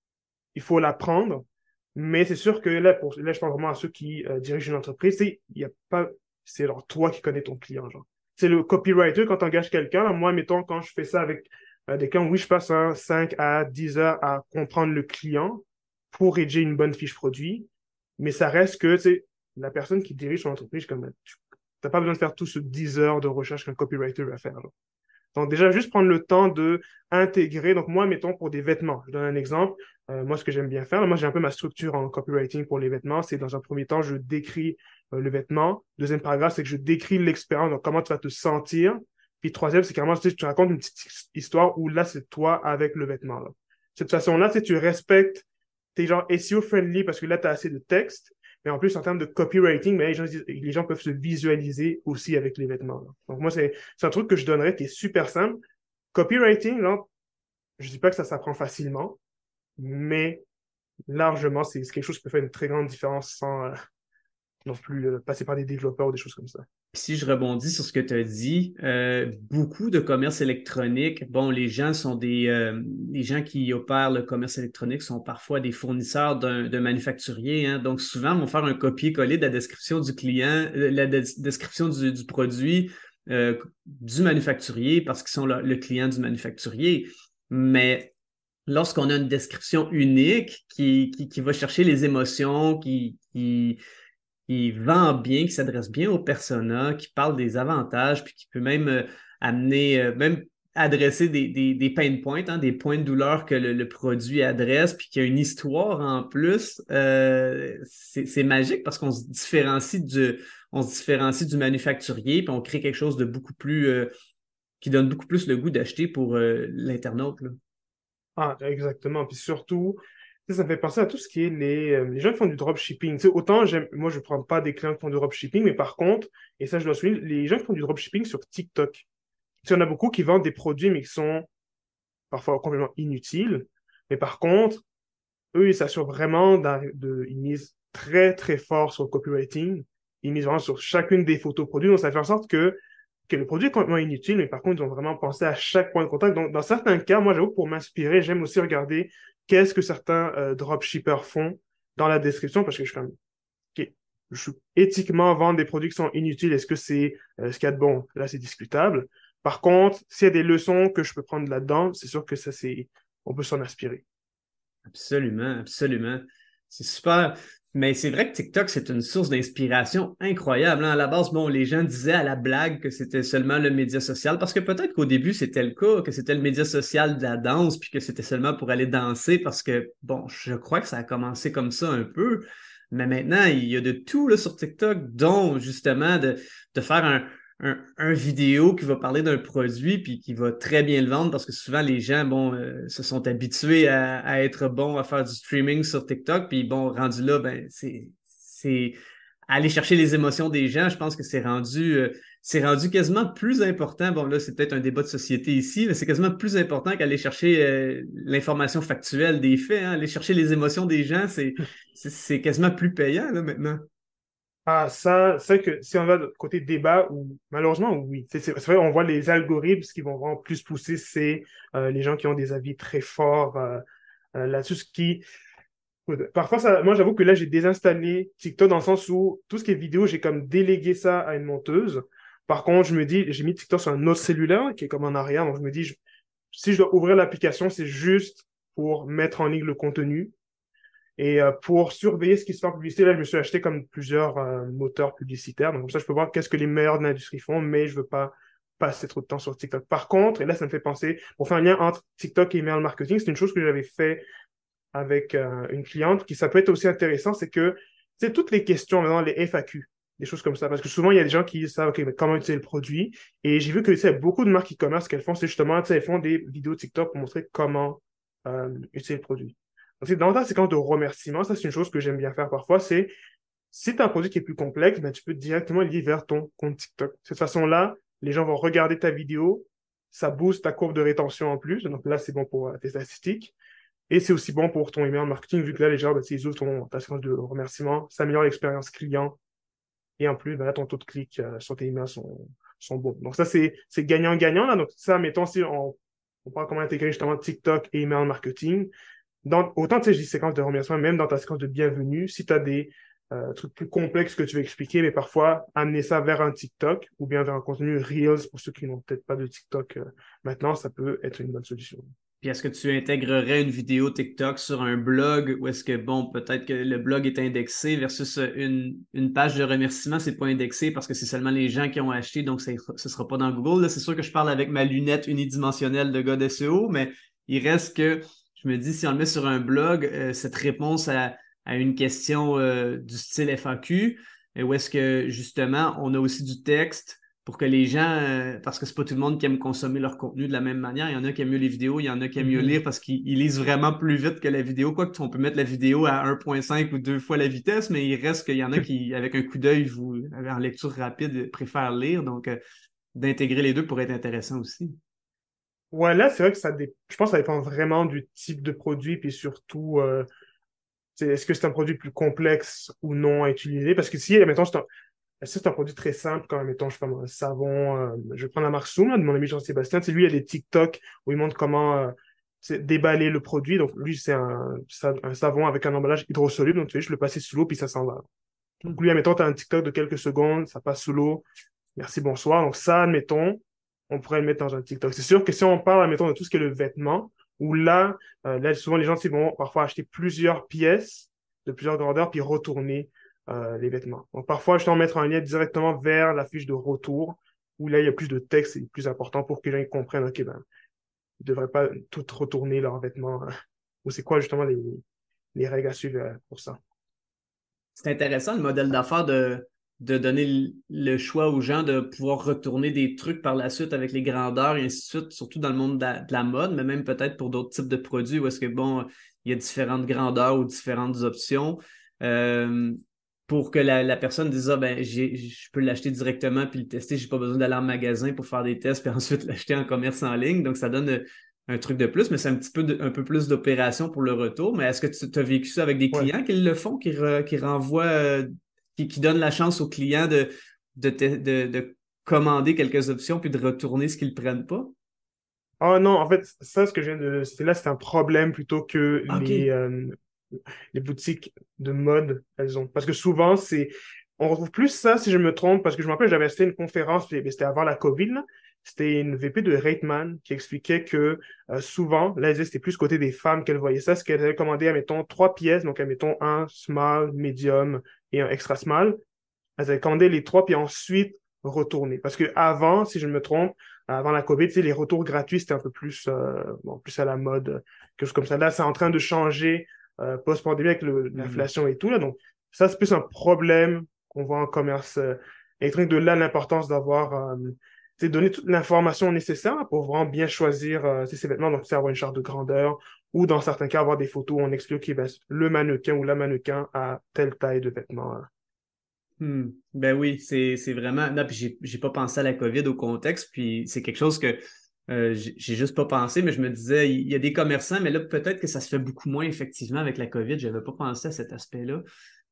il faut l'apprendre, mais c'est sûr que là, pour, là, je parle vraiment à ceux qui euh, dirigent une entreprise, c'est, il y a pas... C'est genre toi qui connais ton client, genre. C'est le copywriter, quand tu engages quelqu'un, là, moi, mettons, quand je fais ça avec euh, des clients, oui, je passe hein, cinq à dix heures à comprendre le client pour rédiger une bonne fiche produit, mais ça reste que, tu sais, la personne qui dirige son entreprise, comme, tu n'as pas besoin de faire tout ce dix heures de recherche qu'un copywriter va faire. Là. Donc déjà, juste prendre le temps de intégrer. Donc moi, mettons pour des vêtements, je donne un exemple. Euh, moi, ce que j'aime bien faire, là, moi j'ai un peu ma structure en copywriting pour les vêtements. C'est dans un premier temps, je décris euh, le vêtement. Deuxième paragraphe, c'est que je décris l'expérience, donc comment tu vas te sentir. Puis troisième, c'est carrément, tu sais, tu racontes une petite histoire où là, c'est toi avec le vêtement. Là. De cette façon-là, tu sais, tu respectes, t'es genre S E O friendly parce que là, tu as assez de texte. Mais en plus, en termes de copywriting, mais les gens, les gens peuvent se visualiser aussi avec les vêtements. Là. Donc moi, c'est c'est un truc que je donnerais qui est super simple. Copywriting, là, je dis pas que ça s'apprend facilement, mais largement, c'est c'est quelque chose qui peut faire une très grande différence sans euh, non plus euh, passer par des développeurs ou des choses comme ça. Puis si je rebondis sur ce que tu as dit, euh, beaucoup de commerce électronique, bon, les gens sont des, euh, les gens qui opèrent le commerce électronique sont parfois des fournisseurs d'un d'un manufacturier, hein. Donc souvent, ils vont faire un copier-coller de la description du client, euh, la des- description du, du produit euh, du manufacturier parce qu'ils sont le, le client du manufacturier. Mais lorsqu'on a une description unique qui, qui, qui va chercher les émotions, qui, qui qui vend bien, qui s'adresse bien aux personas, qui parle des avantages, puis qui peut même euh, amener, euh, même adresser des, des, des pain points, hein, des points de douleur que le, le produit adresse, puis qu'il y a une histoire en plus. Euh, c'est, c'est magique parce qu'on se différencie du, on se différencie du manufacturier, puis on crée quelque chose de beaucoup plus, euh, qui donne beaucoup plus le goût d'acheter pour euh, l'internaute, là. Ah, exactement. Puis surtout, tu sais, ça me fait penser à tout ce qui est les, euh, les gens qui font du dropshipping. Tu sais, autant j'aime, moi, je ne prends pas des clients qui font du dropshipping, mais par contre, et ça, je dois souligner, les gens qui font du dropshipping sur TikTok, tu sais, il y en a beaucoup qui vendent des produits, mais qui sont parfois complètement inutiles. Mais par contre, eux, ils s'assurent vraiment d'un- de, ils misent très, très fort sur le copywriting. Ils misent vraiment sur chacune des photos produits. Donc, ça fait en sorte que, que le produit est complètement inutile, mais par contre, ils ont vraiment pensé à chaque point de contact. Donc, dans certains cas, moi, j'avoue que pour m'inspirer, j'aime aussi regarder qu'est-ce que certains euh, dropshippers font dans la description, parce que je suis comme, OK, je suis éthiquement vendre des produits qui sont inutiles. Est-ce que c'est euh, ce qu'il y a de bon? Là, c'est discutable. Par contre, s'il y a des leçons que je peux prendre là-dedans, c'est sûr que ça, c'est, on peut s'en inspirer. Absolument, absolument. C'est super. Mais c'est vrai que TikTok, c'est une source d'inspiration incroyable, hein. À la base, bon, les gens disaient à la blague que c'était seulement le média social, parce que peut-être qu'au début, c'était le cas, que c'était le média social de la danse, puis que c'était seulement pour aller danser, parce que, bon, je crois que ça a commencé comme ça un peu. Mais maintenant, il y a de tout là, sur TikTok, dont justement de, de faire un, un, un vidéo qui va parler d'un produit puis qui va très bien le vendre parce que souvent les gens bon euh, se sont habitués à, à être bons à faire du streaming sur TikTok puis bon rendu là ben c'est c'est aller chercher les émotions des gens. Je pense que c'est rendu euh, c'est rendu quasiment plus important. Bon là c'est peut-être un débat de société ici mais c'est quasiment plus important qu'aller chercher euh, l'information factuelle des faits, hein. Aller chercher les émotions des gens c'est c'est, c'est quasiment plus payant là maintenant. Ah, ça, c'est vrai que si on va de côté débat, ou malheureusement, oui. C'est c'est- c'est vrai, on voit les algorithmes, ce qui vont vraiment plus pousser, c'est euh, les gens qui ont des avis très forts euh, euh, là-dessus, ce qui... Parfois, ça, moi, j'avoue que là, j'ai désinstallé TikTok dans le sens où tout ce qui est vidéo, j'ai comme délégué ça à une monteuse. Par contre, je me dis, j'ai mis TikTok sur un autre cellulaire qui est comme en arrière, donc je me dis, je- si je dois ouvrir l'application, c'est juste pour mettre en ligne le contenu. Et euh, pour surveiller ce qui se fait en publicité, là, je me suis acheté comme plusieurs euh, moteurs publicitaires. Donc, comme ça, je peux voir qu'est-ce que les meilleurs de l'industrie font, mais je veux pas passer trop de temps sur TikTok. Par contre, et là, ça me fait penser, pour faire un lien entre TikTok et email marketing, c'est une chose que j'avais fait avec euh, une cliente qui, ça peut être aussi intéressant, c'est que, c'est toutes les questions, maintenant, les F A Q, des choses comme ça. Parce que souvent, il y a des gens qui savent, OK, mais comment utiliser le produit. Et j'ai vu que, tu sais, beaucoup de marques e-commerce, ce qu'elles font, c'est justement, tu sais, elles font des vidéos TikTok pour montrer comment euh, utiliser le produit. Donc, c'est dans ta séquence de remerciements, ça, c'est une chose que j'aime bien faire parfois, c'est si tu as un produit qui est plus complexe, ben, tu peux directement le lier vers ton compte TikTok. De cette façon-là, les gens vont regarder ta vidéo, ça booste ta courbe de rétention en plus, donc là, c'est bon pour euh, tes statistiques. Et c'est aussi bon pour ton email marketing, vu que là, les gens, ben, ils ouvrent ton, ta séquence de remerciements, ça améliore l'expérience client, et en plus, ben, là, ton taux de clic euh, sur tes emails sont, sont bons. Donc ça, c'est c'est gagnant-gagnant, là. Donc ça, mettons, si on, on parle comment intégrer justement TikTok et email marketing, dans, autant, tu sais, j'ai des séquences de remerciements, même dans ta séquence de bienvenue, si tu as des euh, trucs plus complexes que tu veux expliquer, mais parfois, amener ça vers un TikTok ou bien vers un contenu Reels pour ceux qui n'ont peut-être pas de TikTok euh, maintenant, ça peut être une bonne solution. Puis est-ce que tu intégrerais une vidéo TikTok sur un blog ou est-ce que, bon, peut-être que le blog est indexé versus une, une page de remerciement, c'est pas indexé parce que c'est seulement les gens qui ont acheté, donc ça, ce sera pas dans Google. Là, c'est sûr que je parle avec ma lunette unidimensionnelle de gars de S E O, mais il reste que, je me dis, si on le met sur un blog, euh, cette réponse à, à une question euh, du style F A Q, euh, ou est-ce que, justement, on a aussi du texte pour que les gens, euh, parce que c'est pas tout le monde qui aime consommer leur contenu de la même manière. Il y en a qui aiment mieux les vidéos, il y en a qui aiment mieux Mhm. lire parce qu'ils lisent vraiment plus vite que la vidéo. Quoique on peut mettre la vidéo à un virgule cinq ou deux fois la vitesse, mais il reste qu'il y en a qui, avec un coup d'œil, vous, en lecture rapide, préfèrent lire. Donc, euh, d'intégrer les deux pourrait être intéressant aussi. Ouais, là, c'est vrai que ça dé... je pense que ça dépend vraiment du type de produit, puis surtout, euh, c'est- est-ce que c'est un produit plus complexe ou non à utiliser? Parce que si, mettons, c'est un, si c'est un produit très simple, comme, mettons, je sais pas moi, un savon, euh, je vais prendre la marque Soum, là, de mon ami Jean-Sébastien, tu sais, lui, il y a des TikTok où il montre comment euh, tu sais, déballer le produit. Donc, lui, c'est un, sa- un savon avec un emballage hydrosoluble, donc tu fais juste le passer sous l'eau, puis ça s'en va. Donc, lui, admettons, tu as un TikTok de quelques secondes, ça passe sous l'eau, merci, bonsoir. Donc, ça, admettons, on pourrait le mettre dans un TikTok. C'est sûr que si on parle, admettons, de tout ce qui est le vêtement, où là, euh, là, souvent, les gens, ils vont parfois acheter plusieurs pièces de plusieurs grandeurs, puis retourner euh, les vêtements. Donc, parfois, je t'en mettre un lien directement vers la fiche de retour, où là, il y a plus de texte et plus important pour que les gens comprennent, OK, ben, ils ne devraient pas tout retourner leurs vêtements, hein, ou c'est quoi, justement, les, les règles à suivre euh, pour ça. C'est intéressant le modèle d'affaires de, de donner le choix aux gens de pouvoir retourner des trucs par la suite avec les grandeurs et ainsi de suite, surtout dans le monde de la, de la mode, mais même peut-être pour d'autres types de produits où est-ce que, bon, il y a différentes grandeurs ou différentes options. Euh, pour que la, la personne dise, ah, ben, j'ai, je peux l'acheter directement puis le tester, j'ai pas besoin d'aller en magasin pour faire des tests puis ensuite l'acheter en commerce en ligne. Donc, ça donne un truc de plus, mais c'est un petit peu de, un peu plus d'opération pour le retour. Mais est-ce que tu as vécu ça avec des Ouais. clients qui le font, qui, re, qui renvoient, euh, qui, qui donnent la chance aux clients de, de, te, de, de commander quelques options puis de retourner ce qu'ils ne prennent pas? Ah non, en fait, ça, ce que je viens de citer là, c'est un problème plutôt que les, OK. euh, les boutiques de mode, elles ont. Parce que souvent, c'est, on retrouve plus ça, si je me trompe, parce que je me rappelle, j'avais assisté à une conférence, puis, c'était avant la COVID, là. C'était une V P de Reitman qui expliquait que euh, souvent, là, elle disait, c'était plus côté des femmes qu'elle voyait ça, ce qu'elle avait commandé, admettons, trois pièces, donc admettons un small, medium et un extra small. Elles avaient commandé les trois, puis ensuite retourné. Parce que avant, si je me trompe, avant la COVID, tu sais, les retours gratuits, c'était un peu plus, euh, bon, plus à la mode, euh, quelque chose comme ça. Là, c'est en train de changer euh, post-pandémie avec le- Hmm. l'inflation et tout. Là. Donc, ça, c'est plus un problème qu'on voit en commerce euh, électronique. De là, l'importance d'avoir, euh, tu sais, donner toute l'information nécessaire là, pour vraiment bien choisir euh, tu sais, ses vêtements. Donc, tu sais, avoir une charte de grandeur ou dans certains cas, avoir des photos où on explique que ben, le mannequin ou la mannequin a telle taille de vêtements. Hein. Hmm. Ben oui, c'est, c'est vraiment. Non, puis j'ai, j'ai pas pensé à la COVID au contexte, puis c'est quelque chose que euh, j'ai j'ai juste pas pensé, mais je me disais, il y a des commerçants, mais là, peut-être que ça se fait beaucoup moins effectivement avec la COVID. J'avais pas pensé à cet aspect-là.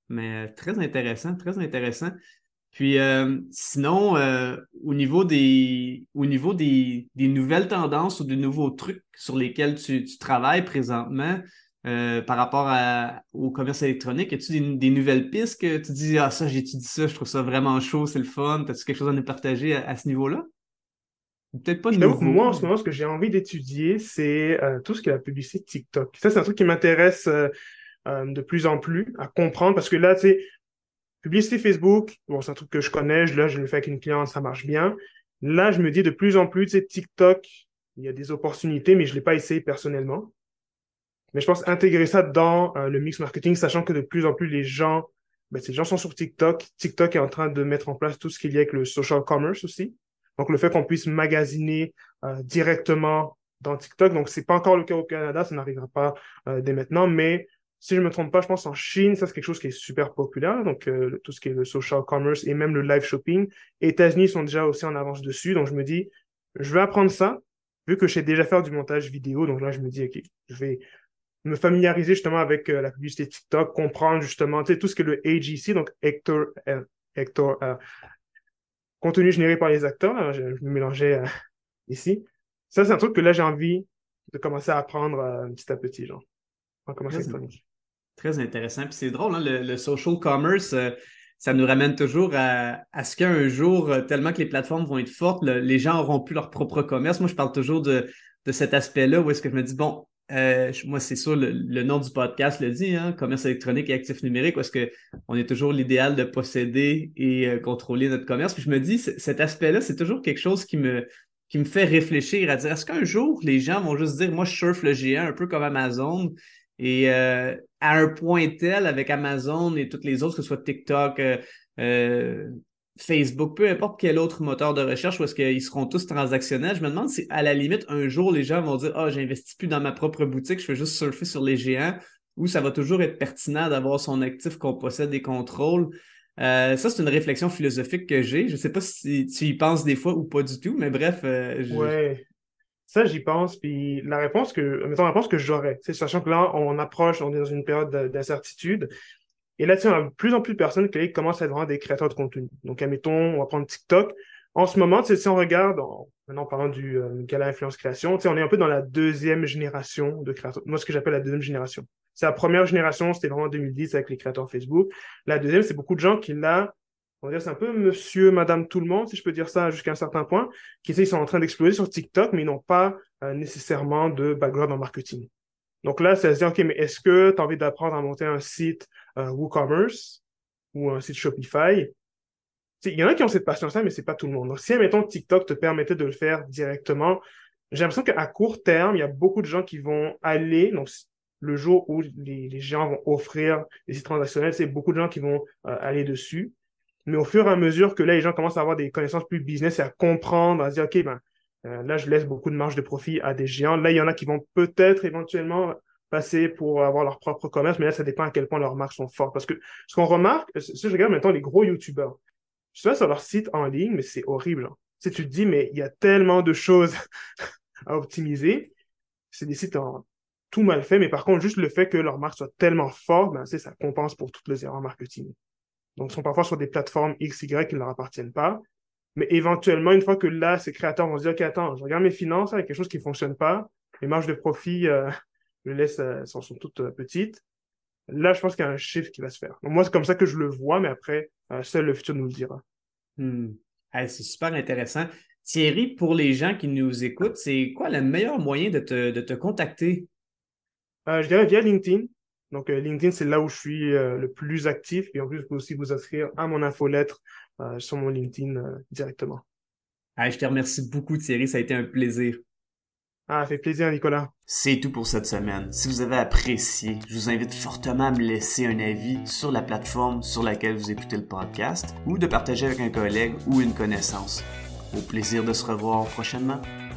Mais euh, très intéressant, très intéressant. Puis euh, sinon, euh, au niveau des au niveau des, des nouvelles tendances ou des nouveaux trucs sur lesquels tu, tu travailles présentement euh, par rapport à, au commerce électronique, as-tu des, des nouvelles pistes que tu dis ah ça, j'étudie ça, je trouve ça vraiment chaud, c'est le fun. As-tu quelque chose à nous partager à, à ce niveau-là? Ou peut-être pas Je t'avoue que nouveau, moi, en ce mais moment, ce que j'ai envie d'étudier, c'est euh, tout ce qui est la publicité TikTok. Ça, c'est un truc qui m'intéresse euh, euh, de plus en plus à comprendre parce que là, tu sais, publicité Facebook, bon, c'est un truc que je connais, je- là, je le fais avec une cliente, ça marche bien. Là, je me dis de plus en plus, tu sais, TikTok, il y a des opportunités, mais je l'ai pas essayé personnellement. Mais je pense intégrer ça dans euh, le mix marketing, sachant que de plus en plus les gens, ben, ces gens sont sur TikTok. TikTok est en train de mettre en place tout ce qu'il y a avec le social commerce aussi. Donc, le fait qu'on puisse magasiner euh, directement dans TikTok. Donc, c'est pas encore le cas au Canada, ça n'arrivera pas euh, dès maintenant, mais si je me trompe pas, je pense en Chine, ça c'est quelque chose qui est super populaire. Donc, euh, tout ce qui est le social commerce et même le live shopping. Les États-Unis sont déjà aussi en avance dessus. Donc, je me dis, je vais apprendre ça, vu que je sais déjà faire du montage vidéo. Donc là, je me dis, OK, je vais me familiariser justement avec euh, la publicité TikTok, comprendre justement tu sais, tout ce que le A G C, donc actor, euh, actor euh, contenu généré par les acteurs, hein, je, je me mélangeais euh, ici. Ça, c'est un truc que là, j'ai envie de commencer à apprendre euh, petit à petit, genre, en commerce très, électronique. très intéressant. Puis c'est drôle, hein, le, le social commerce, euh, ça nous ramène toujours à, à ce qu'un jour, euh, tellement que les plateformes vont être fortes, le- les gens auront plus leur propre commerce. Moi, je parle toujours de, de cet aspect-là où est-ce que je me dis, bon, euh, je- moi, c'est sûr, le, le nom du podcast le dit, hein, commerce électronique et actifs numériques, où est-ce que on est toujours l'idéal de posséder et euh, contrôler notre commerce. Puis je me dis, c- cet aspect-là, c'est toujours quelque chose qui me, qui me fait réfléchir à dire, est-ce qu'un jour, les gens vont juste dire, moi, je surfe le géant, un peu comme Amazon, et euh, à un point tel avec Amazon et toutes les autres, que ce soit TikTok, euh, euh, Facebook, peu importe quel autre moteur de recherche, où est-ce qu'ils seront tous transactionnels, je me demande si à la limite, un jour, les gens vont dire ah, oh, j'investis plus dans ma propre boutique, je fais juste surfer sur les géants, ou ça va toujours être pertinent d'avoir son actif qu'on possède et contrôle. Euh, ça, c'est une réflexion philosophique que j'ai. Je ne sais pas si tu y penses des fois ou pas du tout, mais bref, euh, je... Ouais, ça, j'y pense. Puis la réponse que, mettons, la réponse que j'aurais, c'est sachant que là, on approche, on est dans une période d- d'incertitude. Et là, tu sais, on a de plus en plus de personnes qui commencent à être vraiment des créateurs de contenu. Donc, admettons, on va prendre TikTok. En ce moment, tu sais, si on regarde, en- maintenant en parlant du euh, Gala Influence Création, tu sais, on est un peu dans la deuxième génération de créateurs. Moi, ce que j'appelle la deuxième génération. C'est la première génération, c'était vraiment en deux mille dix avec les créateurs Facebook. La deuxième, c'est beaucoup de gens qui, là, on va dire, c'est un peu monsieur, madame, tout le monde, si je peux dire ça jusqu'à un certain point, qui, tu sais, ils sont en train d'exploser sur TikTok, mais ils n'ont pas euh, nécessairement de background en marketing. Donc là, c'est à se dire, OK, mais est-ce que tu as envie d'apprendre à monter un site euh, WooCommerce ou un site Shopify? Il y en a qui ont cette passion-là, mais c'est pas tout le monde. Donc, si, admettons, TikTok te permettait de le faire directement, j'ai l'impression qu'à court terme, il y a beaucoup de gens qui vont aller, donc le jour où les, les gens vont offrir des sites transactionnels, c'est beaucoup de gens qui vont euh, aller dessus. Mais au fur et à mesure que là, les gens commencent à avoir des connaissances plus business et à comprendre, à se dire, OK, ben, euh, là, je laisse beaucoup de marge de profit à des géants. Là, il y en a qui vont peut-être éventuellement passer pour avoir leur propre commerce, mais là, ça dépend à quel point leurs marques sont fortes. Parce que ce qu'on remarque, si je regarde maintenant les gros YouTubeurs, je suis sur leur site en ligne, mais c'est horrible. Hein. Tu sais, tu te dis, mais il y a tellement de choses à optimiser. C'est des sites en tout mal fait, mais par contre, juste le fait que leur marque soit tellement forte, ben, tu sais, ça compense pour toutes les erreurs marketing. Donc, ils sont parfois sur des plateformes X, Y qui ne leur appartiennent pas. Mais éventuellement, une fois que là, ces créateurs vont se dire, OK, attends, je regarde mes finances, il y a quelque chose qui ne fonctionne pas, les marges de profit, euh, je les laisse, euh, sont, sont toutes euh, petites. Là, je pense qu'il y a un shift qui va se faire. Donc, moi, c'est comme ça que je le vois, mais après, euh, seul le futur nous le dira. Hmm. Hey, c'est super intéressant. Thierry, pour les gens qui nous écoutent, c'est quoi le meilleur moyen de te, de te contacter? Euh, je dirais via LinkedIn. Donc, euh, LinkedIn, c'est là où je suis euh, le plus actif. Et en plus, vous pouvez aussi vous inscrire à mon infolettre euh, sur mon LinkedIn euh, directement. Hey, je te remercie beaucoup, Thierry. Ça a été un plaisir. Ah, ça fait plaisir, Nicolas. C'est tout pour cette semaine. Si vous avez apprécié, je vous invite fortement à me laisser un avis sur la plateforme sur laquelle vous écoutez le podcast ou de partager avec un collègue ou une connaissance. Au plaisir de se revoir prochainement.